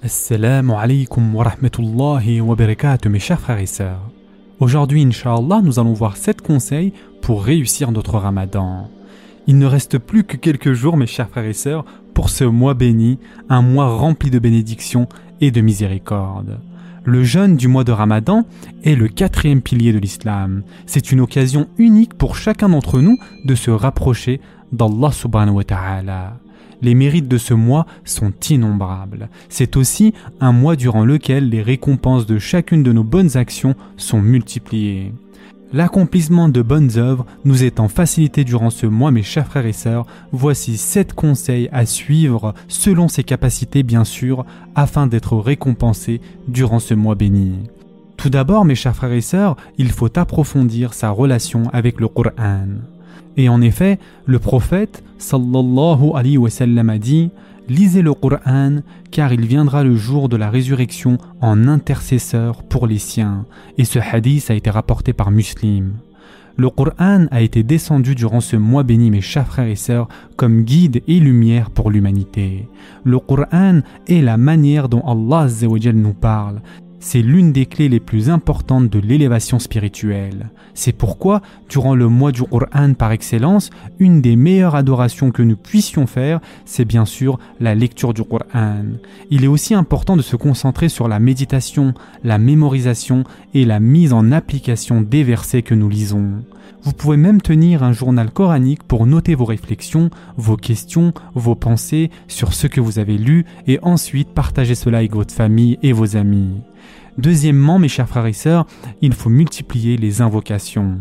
Assalamu alaikum wa rahmatullahi wa barakatuh mes chers frères et sœurs. Aujourd'hui, Inch'Allah, nous allons voir 7 conseils pour réussir notre Ramadan. Il ne reste plus que quelques jours, mes chers frères et sœurs, pour ce mois béni, un mois rempli de bénédictions et de miséricorde. Le jeûne du mois de Ramadan est le 4e pilier de l'islam. C'est une occasion unique pour chacun d'entre nous de se rapprocher d'Allah subhanahu wa ta'ala. Les mérites de ce mois sont innombrables. C'est aussi un mois durant lequel les récompenses de chacune de nos bonnes actions sont multipliées. L'accomplissement de bonnes œuvres nous étant facilité durant ce mois, mes chers frères et sœurs, voici 7 conseils à suivre selon ses capacités bien sûr, afin d'être récompensé durant ce mois béni. Tout d'abord, mes chers frères et sœurs, il faut approfondir sa relation avec le Coran. Et en effet, le prophète sallallahu alayhi wa sallam a dit « Lisez le Coran, car il viendra le jour de la résurrection en intercesseur pour les siens. » Et ce hadith a été rapporté par Muslim. Le Coran a été descendu durant ce mois béni, mes chers frères et sœurs, comme guide et lumière pour l'humanité. Le Coran est la manière dont Allah Azza wa Jal nous parle. C'est l'une des clés les plus importantes de l'élévation spirituelle. C'est pourquoi, durant le mois du Coran par excellence, une des meilleures adorations que nous puissions faire, c'est bien sûr la lecture du Coran. Il est aussi important de se concentrer sur la méditation, la mémorisation et la mise en application des versets que nous lisons. Vous pouvez même tenir un journal coranique pour noter vos réflexions, vos questions, vos pensées sur ce que vous avez lu et ensuite partager cela avec votre famille et vos amis. Deuxièmement, mes chers frères et sœurs, il faut multiplier les invocations.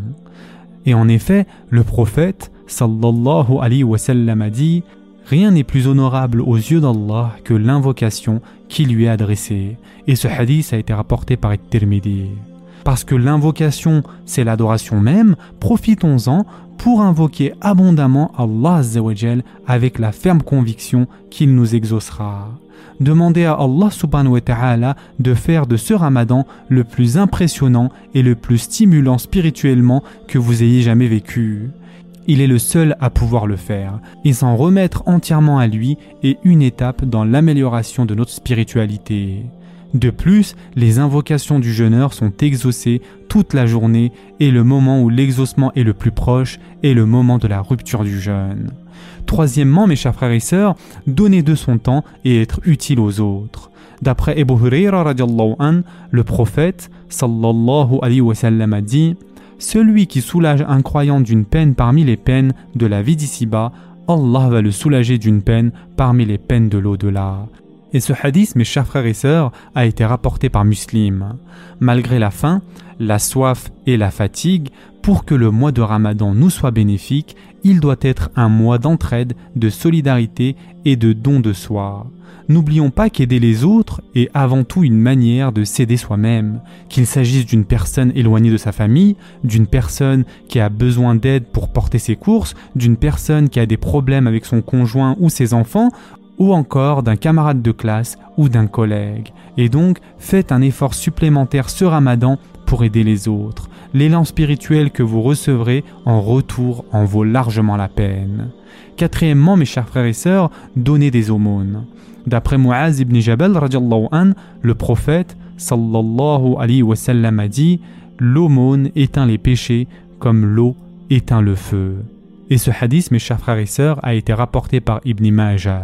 Et en effet, le prophète sallallahu alayhi wa sallam a dit « Rien n'est plus honorable aux yeux d'Allah que l'invocation qui lui est adressée. » Et ce hadith a été rapporté par At-Tirmidhi. Parce que l'invocation, c'est l'adoration même, profitons-en pour invoquer abondamment Allah Azza wa Jal avec la ferme conviction qu'il nous exaucera. Demandez à Allah subhanahu wa ta'ala de faire de ce Ramadan le plus impressionnant et le plus stimulant spirituellement que vous ayez jamais vécu. Il est le seul à pouvoir le faire, et s'en remettre entièrement à lui est une étape dans l'amélioration de notre spiritualité. De plus, les invocations du jeûneur sont exaucées toute la journée et le moment où l'exaucement est le plus proche est le moment de la rupture du jeûne. Troisièmement, mes chers frères et sœurs, donner de son temps et être utile aux autres. D'après Abu Hurayra radiallahu anh, le prophète sallallahu alayhi wa sallam a dit « Celui qui soulage un croyant d'une peine parmi les peines de la vie d'ici-bas, Allah va le soulager d'une peine parmi les peines de l'au-delà. » Et ce hadith, mes chers frères et sœurs, a été rapporté par Muslim. Malgré la faim, la soif et la fatigue, pour que le mois de Ramadan nous soit bénéfique, il doit être un mois d'entraide, de solidarité et de don de soi. N'oublions pas qu'aider les autres est avant tout une manière de s'aider soi-même, qu'il s'agisse d'une personne éloignée de sa famille, d'une personne qui a besoin d'aide pour porter ses courses, d'une personne qui a des problèmes avec son conjoint ou ses enfants, ou encore d'un camarade de classe ou d'un collègue. Et donc, faites un effort supplémentaire ce Ramadan pour aider les autres. L'élan spirituel que vous recevrez en retour en vaut largement la peine. Quatrièmement, mes chers frères et sœurs, donnez des aumônes. D'après Mu'az ibn Jabal radiallahu anh, le prophète sallallahu alayhi wa sallam a dit « L'aumône éteint les péchés comme l'eau éteint le feu. » Et ce hadith, mes chers frères et sœurs, a été rapporté par Ibn Majah.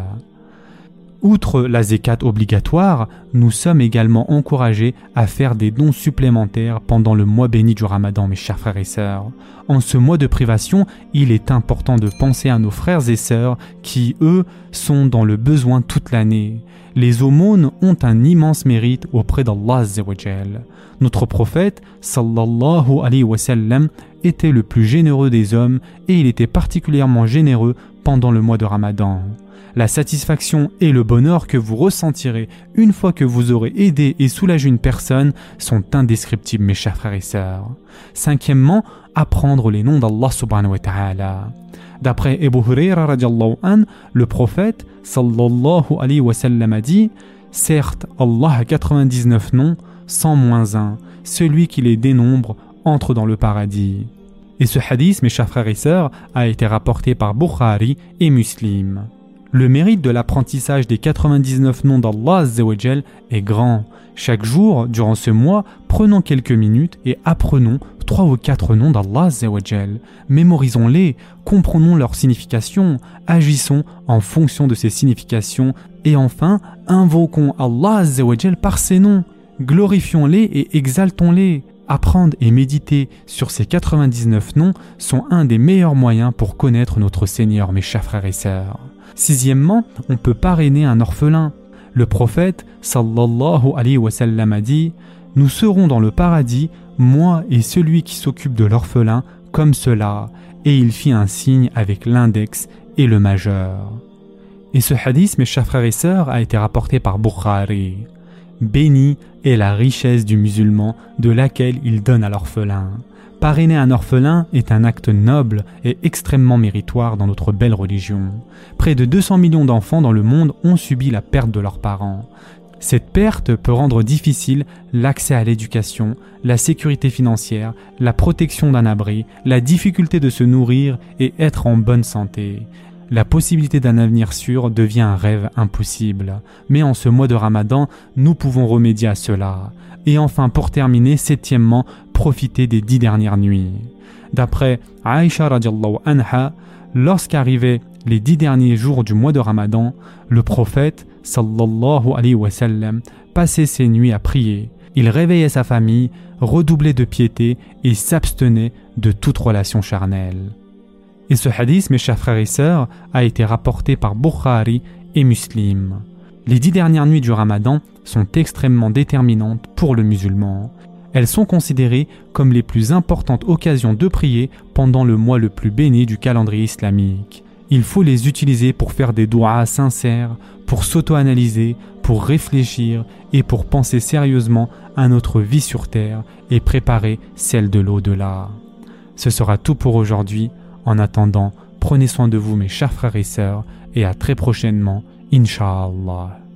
Outre la zakat obligatoire, nous sommes également encouragés à faire des dons supplémentaires pendant le mois béni du Ramadan, mes chers frères et sœurs. En ce mois de privation, il est important de penser à nos frères et sœurs qui, eux, sont dans le besoin toute l'année. Les aumônes ont un immense mérite auprès d'Allah Azza wa Jal. Notre prophète, sallallahu alayhi wa sallam, était le plus généreux des hommes et il était particulièrement généreux pendant le mois de Ramadan. La satisfaction et le bonheur que vous ressentirez une fois que vous aurez aidé et soulagé une personne sont indescriptibles, mes chers frères et sœurs. Cinquièmement, apprendre les noms d'Allah subhanahu wa ta'ala. D'après Abu Hurayra radiallahu anh, le prophète sallallahu alayhi wa sallam a dit « Certes, Allah a 99 noms, 100 moins 1. Celui qui les dénombre entre dans le paradis. » Et ce hadith, mes chers frères et sœurs, a été rapporté par Bukhari et Muslim. Le mérite de l'apprentissage des 99 noms d'Allah Azza wa Jal est grand. Chaque jour, durant ce mois, prenons quelques minutes et apprenons 3 ou 4 noms d'Allah Azza wa Jal. Mémorisons-les, comprenons leur signification, agissons en fonction de ces significations et enfin, invoquons Allah Azza wa Jal par ces noms. Glorifions-les et exaltons-les. Apprendre et méditer sur ces 99 noms sont un des meilleurs moyens pour connaître notre Seigneur, mes chers frères et sœurs. Sixièmement, on peut parrainer un orphelin. Le prophète, sallallahu alayhi wa sallam, a dit « Nous serons dans le paradis, moi et celui qui s'occupe de l'orphelin, comme cela. » Et il fit un signe avec l'index et le majeur. Et ce hadith, mes chers frères et sœurs, a été rapporté par Bukhari. Béni est la richesse du musulman de laquelle il donne à l'orphelin. Parrainer un orphelin est un acte noble et extrêmement méritoire dans notre belle religion. Près de 200 millions d'enfants dans le monde ont subi la perte de leurs parents. Cette perte peut rendre difficile l'accès à l'éducation, la sécurité financière, la protection d'un abri, la difficulté de se nourrir et être en bonne santé. La possibilité d'un avenir sûr devient un rêve impossible. Mais en ce mois de Ramadan, nous pouvons remédier à cela. Et enfin, pour terminer, septièmement, profiter des 10 dernières nuits. D'après Aïcha radiallahu anha, lorsqu'arrivaient les 10 derniers jours du mois de Ramadan, le prophète sallallahu alayhi wa sallam passait ses nuits à prier. Il réveillait sa famille, redoublait de piété et s'abstenait de toute relation charnelle. Et ce hadith, mes chers frères et sœurs, a été rapporté par Bukhari et Muslim. Les 10 dernières nuits du Ramadan sont extrêmement déterminantes pour le musulman. Elles sont considérées comme les plus importantes occasions de prier pendant le mois le plus béni du calendrier islamique. Il faut les utiliser pour faire des douas sincères, pour s'auto-analyser, pour réfléchir et pour penser sérieusement à notre vie sur terre et préparer celle de l'au-delà. Ce sera tout pour aujourd'hui. En attendant, prenez soin de vous mes chers frères et sœurs et à très prochainement, Inch'Allah.